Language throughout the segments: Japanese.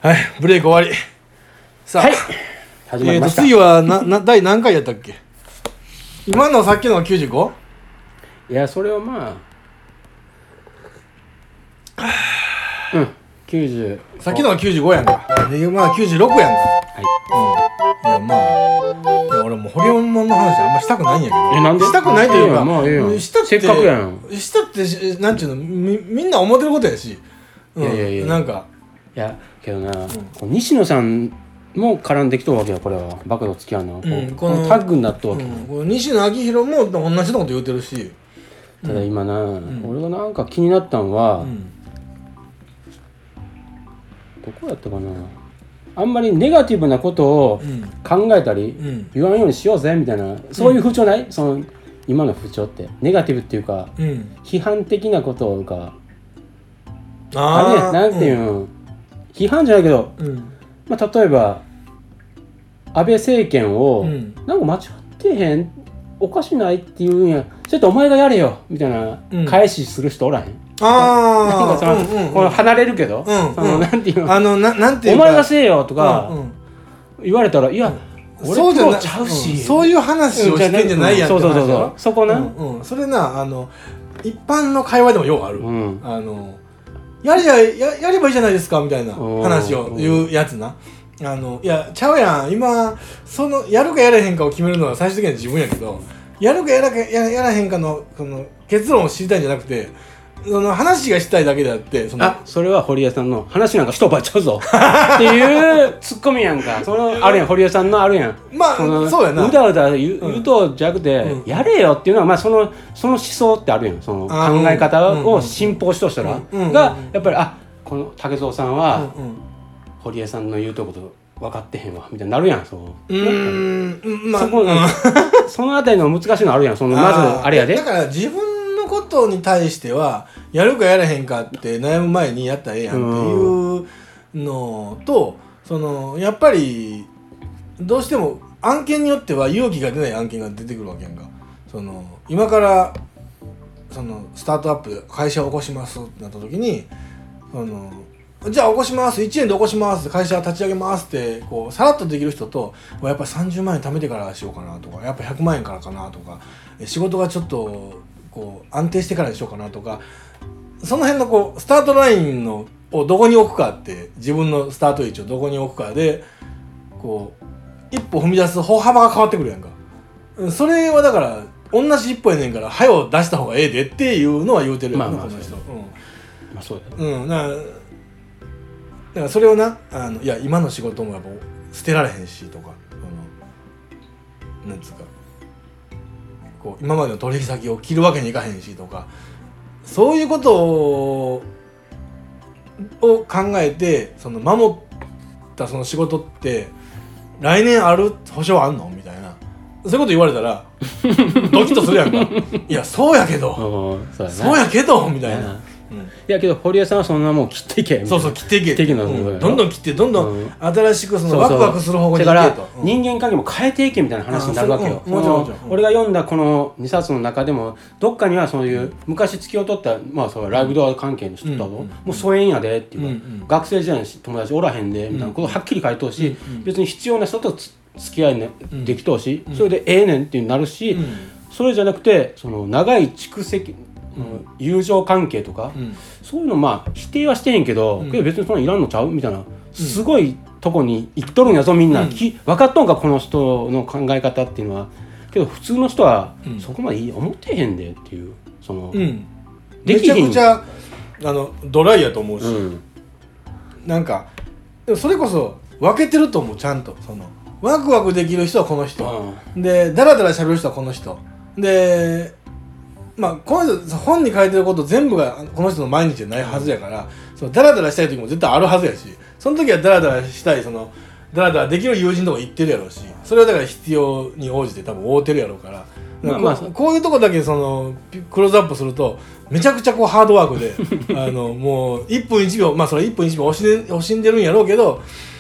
はい、ブレイク終わり。さあ、 はい、始まりました。 次は第何回やったっけ？今のさっきのが 95？ いや、それはまあ90。 さっきのが95やんか。で、まあ96やんか。 はいいや、まあ、いや俺もうホリエモンの話あんましたくないんやけど。 なんでしたくないというか、 まあええやんしたってせっかくやん。 したってなんちゅうの、みんな思ってることやし、 いやなんかいやけどな、こう西野さんも絡んできとるわけよ。これはバカと付き合うの、このタッグになっとるわけ、 この西野昭弘も同じようなこと言うてるし、 ただ今な、俺がなんか気になったんは、どこやったかな、あんまりネガティブなことを考えたり、言わんようにしようぜみたいな、そういう風潮ない？その今の風潮ってネガティブっていうか、批判的なことがあれね、なんていうの、批判じゃないけど、まあ、例えば安倍政権を、なんか間違ってへん、おかしないっていうんや、ちょっとお前がやれよみたいな返しする人おらへん？なんかその、この離れるけど、なんていうの、 なんていうか、 お前がせえよとか言われたら、いや俺プロちゃうし、 そういう話をしてんじゃないやんって話だろ。 そこな、 それな、一般の会話でもようある、やればいいじゃないですかみたいな話を言うやつな。いやちゃうやん、今そのやるかやらへんかを決めるのは最終的には自分やけど、やるかやらへんかのこの結論を知りたいんじゃなくて、その話がしたいだけであって、 それは堀江さんの話なんか一晩ちゃうぞっていうツッコミやんか。そのあるやん、堀江さんのあるやん。 まあそうやな。 うだうだ言うとじゃなくて、やれよっていうのは、まあその思想ってあるやん。その考え方を信奉しとしたらがやっぱり、この竹蔵さんは堀江さんの言うとこと分かってへんわみたいになるやん。そのあたりの難しいのあるやん。そのまずあれやで。 だから自分のことに対してはやるかやらへんかって悩む前にやったらええやんっていうのと、そのやっぱりどうしても案件によっては勇気が出ない案件が出てくるわけやんか。その今からそのスタートアップで会社を起こしますってなった時に、じゃあ起こします、1年で起こします、会社立ち上げますってこうさらっとできる人と、やっぱり30万円貯めてからしようかなとか、やっぱ100万円からかなとか、仕事がちょっとこう安定してからにしようかなとか、その辺のこうスタートラインのをどこに置くかって、自分のスタート位置をどこに置くかでこう一歩踏み出す歩幅が変わってくるやんか。それはだから同じ一歩やねんから、早を出した方がええでっていうのは言うてるよな、この人。 まあそうだ。 だからそれをな、いや今の仕事もやっぱ捨てられへんしとか、なんつうかこう今までの取引先を切るわけにいかへんしとか、そういうことを考えて、その守ったその仕事って来年ある保証あんのみたいな、そういうこと言われたらドキッとするやんか。いやそうやけどそうやけどみたいな。 いやけど堀江さんはそんなもん切っていけ。 そう切っていけ。どんどん切ってどんどん新しくそのワクワクする方向にいけと。 だから人間関係も変えていけみたいな話になるわけよ。もちろん。俺が読んだこの2冊の中でもどっかにはそういう昔付きを取ったライブドア関係の人ともう疎遠やでっていうか、学生時代の友達おらへんでみたいなことをはっきり書いてほしい。別に必要な人と付き合いできてほしい。それでええねんってなるし、それじゃなくてその長い蓄積友情関係とか、そういうの否定はしてへんけど、別にそんなんいらんのちゃうみたいな、すごいとこに行っとるんやぞみんな、分かっとんかこの人の考え方っていうのは。けど普通の人はそこまで思ってへんでっていう、その、 できひんめちゃくちゃドライやと思うし、なんかでもそれこそ分けてると思う。ちゃんとそのワクワクできる人はこの人、でダラダラ喋る人はこの人で、この人本に書いてること全部がこの人の毎日じゃないはずやから、そのダラダラしたい時も絶対あるはずやし、その時はダラダラしたい、そのダラダラできる友人とか行ってるやろうし、それはだから必要に応じて多分会うてるやろうから、こういうとこだけそのクローズアップするとめちゃくちゃこうハードワークでもう1分1秒、それ1分1秒惜しんでるんやろうけど、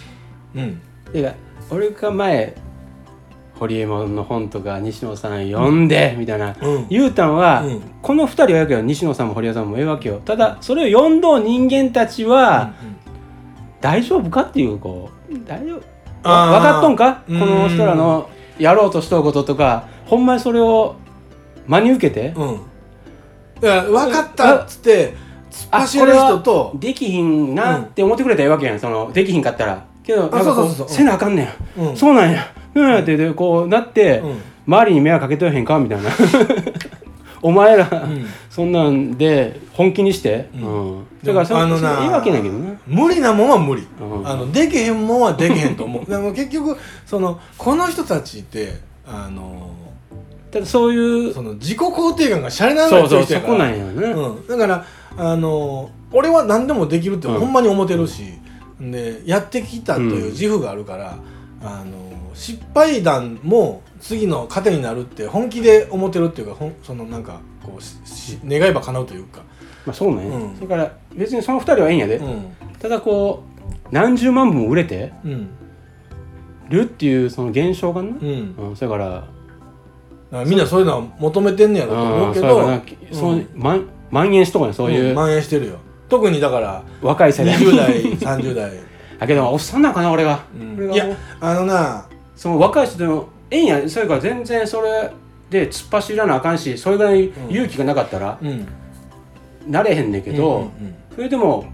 俺が前堀江門の本とか西野さん読んでみたいな、言うたんは、この2人はやけど西野さんも堀江さんもええわけよ。ただそれを読んど人間たちは、 大丈夫かっていうこう大丈夫分あーかっとんかこの人らのやろうとしとることとかほんまにそれを真に受けて、 うん、だから分かったっつって突っ走る人とできひんなって思ってくれたらいいわけやんそのできひんかったらけどなんかこそうせなあかんねん、 うん、 そうなんやってでこうなって、 うん、 周りに迷惑かけとへんかみたいなお前ら、 うん、 そんなんで本気にして、だからそれいいわけないけどな無理なもんは無理、 うんできへんもんはできへんと思うでも結局この人たちってただそういう自己肯定感がシャレながらついてるからそこなんやね、 だから俺は何でもできるってほんまに思ってるし、でやってきたという自負があるから、失敗談も次の糧になるって本気で思ってるっていうかなんかこう願えば叶うというか、 まあそうね、だから別にその2人はええんやで、ただこう何十万部も売れてるっていうその現象がね、それからみんなそういうのは求めてんねやろと思うけど、 蔓延しとかねそういう、 蔓延してるよ特にだから若い世代 20代30代だけどおっさんなんかな俺が、 いやその若い人でもええんやそれから全然それで突っ走らなあかんしそれぐらい勇気がなかったら、なれへんねんけど、それでも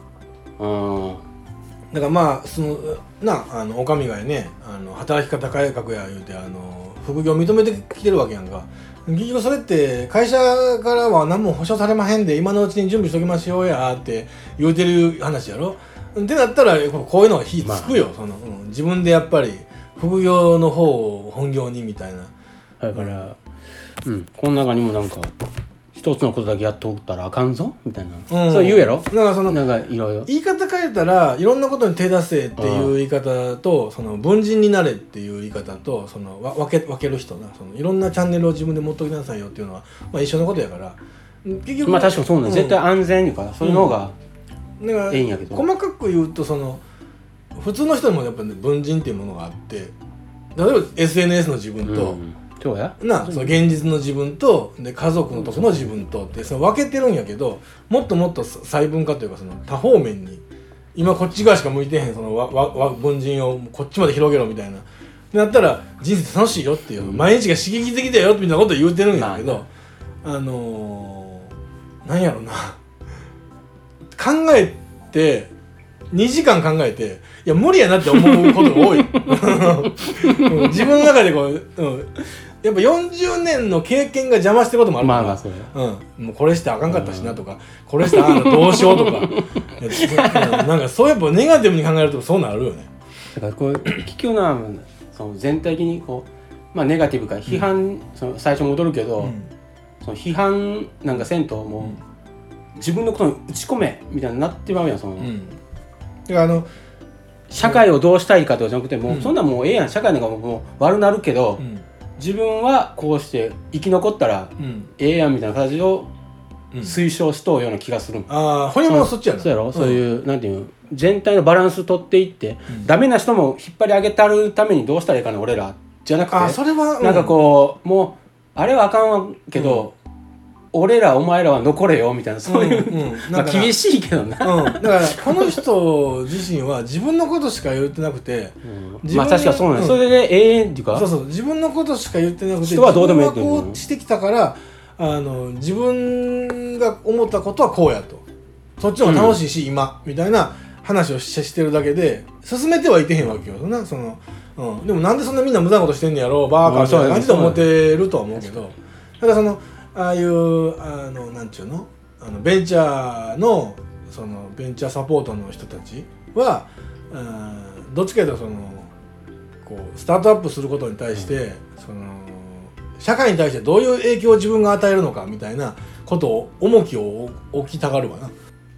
だからまあお上がね働き方改革や言うて副業認めてきてるわけやんか。結局それって会社からは何も保証されまへんで今のうちに準備しときましょうやって言うてる話やろ。ってなったらこういうのが火つくよ、自分でやっぱり副業の方を本業にみたいな。 だから、この中にもなんか一つのことだけやっておったらあかんぞみたいな、そう言うやろ。なんかいろいろ言い方変えたらいろんなことに手出せっていう言い方と文人になれっていう言い方と分ける人ないろんなチャンネルを自分で持っときなさいよっていうのは、まあ、一緒のことやから結局まあ確かにそうなん、絶対安全いうかそういうのがだからいいんやけど、 細かく言うと普通の人にもやっぱり、文人っていうものがあって例えば SNS の自分と、 そうやその現実の自分とで家族のとこの自分とって分けてるんやけどもっともっと細分化というか多方面に今こっち側しか向いてへん文人をこっちまで広げろみたいななったら人生楽しいよっていう、毎日が刺激的だよみたいなことを言うてるんやけど、なんやろな考えて2時間考えていや無理やなって思うことが多い自分の中でこう、やっぱ40年の経験が邪魔してることもあるから、もうこれしてあかんかったしなとか、これしてどうしようとかなんかそうやっぱネガティブに考えるとそうなるよね。 だからこう結局全体的にこう、ネガティブか批判、最初戻るけど、その批判なんかせんともう、自分のことに打ち込めみたいになってまうやんだから社会をどうしたいかとかじゃなくてもう、そんなんもうええやん社会なんかもう悪なるけど、自分はこうして生き残ったらええやんみたいな形を推奨しとうような気がする。 骨もそっちやろ。 そうやろ、そういうなんていう全体のバランス取っていって、ダメな人も引っ張り上げたるためにどうしたらいいかな俺らじゃなくて、 それはなんかこうもうあれはあかんわけど、俺らお前らは残れよみたいなそういう、厳しいけどな、 だからこの人自身は自分のことしか言ってなくて、 確かにそうなんです、それでっていうか自分のことしか言ってなくて人はどうでもいいっていう自分がこうしてきたから自分が思ったことはこうやとそっちの方が楽しいし、今みたいな話をしてるだけで進めてはいてへんわけよなでもなんでそんなみんな無駄なことしてんねやろバーカーみたいな感じで思ってるとは思うけど、ただああいうなんちゅうのベンチャーのベンチャーサポートの人たちはどっちかというとこうスタートアップすることに対して、社会に対してどういう影響を自分が与えるのかみたいなことを重きを置きたがるわな。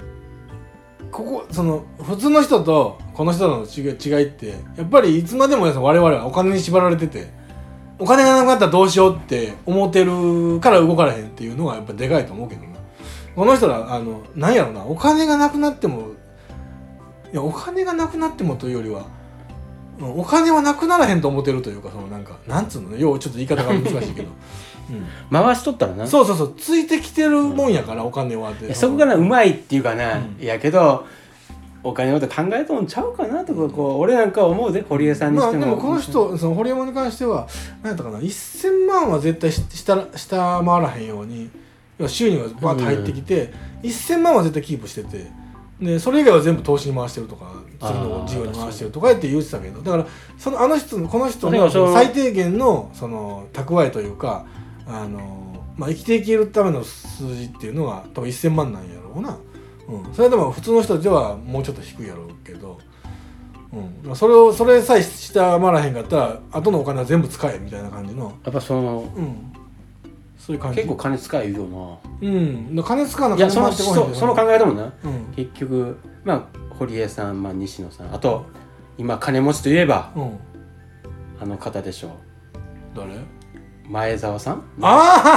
普通の人とこの人の違いってやっぱりいつまでも我々はお金に縛られてて、お金がなくなったらどうしようって思ってるから動かれへんっていうのがやっぱでかいと思うけどな。この人らなんやろな、お金がなくなってもお金がなくなってもというよりはお金はなくならへんと思ってるというかなんつうのね、ようちょっと言い方が難しいけど回しとったらな、 そうついてきてるもんやから、お金はってそこがうまいっていうかな、やけどお金のこと考えとんちゃうかなとかこう俺なんか思うで堀江さんにしても、 でもこの人その堀山に関しては何やったかな1000万は絶対下回らへんように収入がバーッと入ってきて、1000万は絶対キープしててでそれ以外は全部投資に回してるとか次の事業に回してるとかって言ってたけどだからこの人の最低限のその蓄えというか生きていけるための数字っていうのが多分1000万なんやろうな。それでも普通の人ではもうちょっと低いやろうけど、それさえ下回らへんかったら後のお金は全部使えみたいな感じのやっぱそういう感じ結構金使え言うよな。 金使わな金回ってこないその考えでもな、結局堀江さん、西野さんあと今金持ちといえば、あの方でしょう。 誰？ 前澤さん？ 前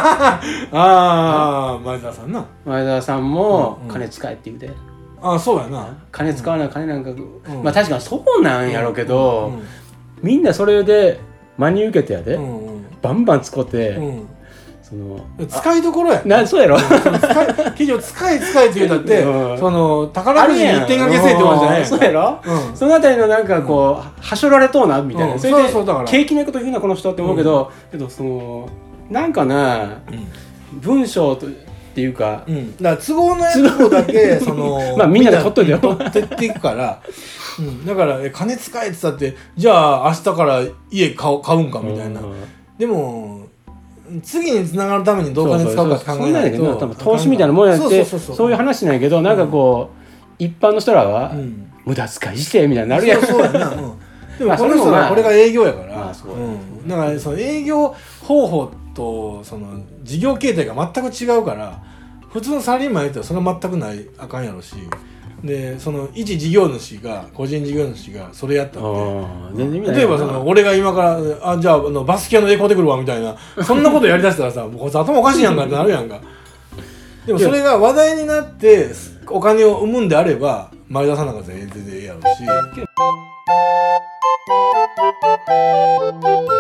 澤さんな。 前澤さんも金使えって言うて。 そうやな。 金使わない金なんか、確かにそうなんやろうけど、みんなそれで真に受けてやで、バンバン使って、その使いどころや。 そうやろ。 企業使えって言うたって、その宝くじに一点掛けせえってことじゃないやん。 そうやろ。そのあたりのなんかこうはしょられとうなみたいな。それで景気ないこと言うなこの人って思うけど、そのなんかな文章っていうか、 だから都合のやつだけそのみんなで取っといてよ。 取っていくから、だから金使えって言ったってじゃあ明日から家買うんかみたいな。でも次につながるためにどう金使うかって考えないと多分投資みたいなもんやってそういう話なんやけどなんかこう一般の人らは無駄遣いしてみたいになるやん。 そうやな。でもこの人はこれが営業やからだからその営業方法とその事業形態が全く違うから普通のサラリーマンやったらそれは全くないあかんやろしでその一事業主が個人事業主がそれやったって例えばその俺が今からじゃあバスキアの絵買うてくるわみたいなそんなことやりだしたらさこいつ頭おかしいやんかってなるやんか。でもそれが話題になってお金を生むんであれば前田さんなんか全然ええやろし。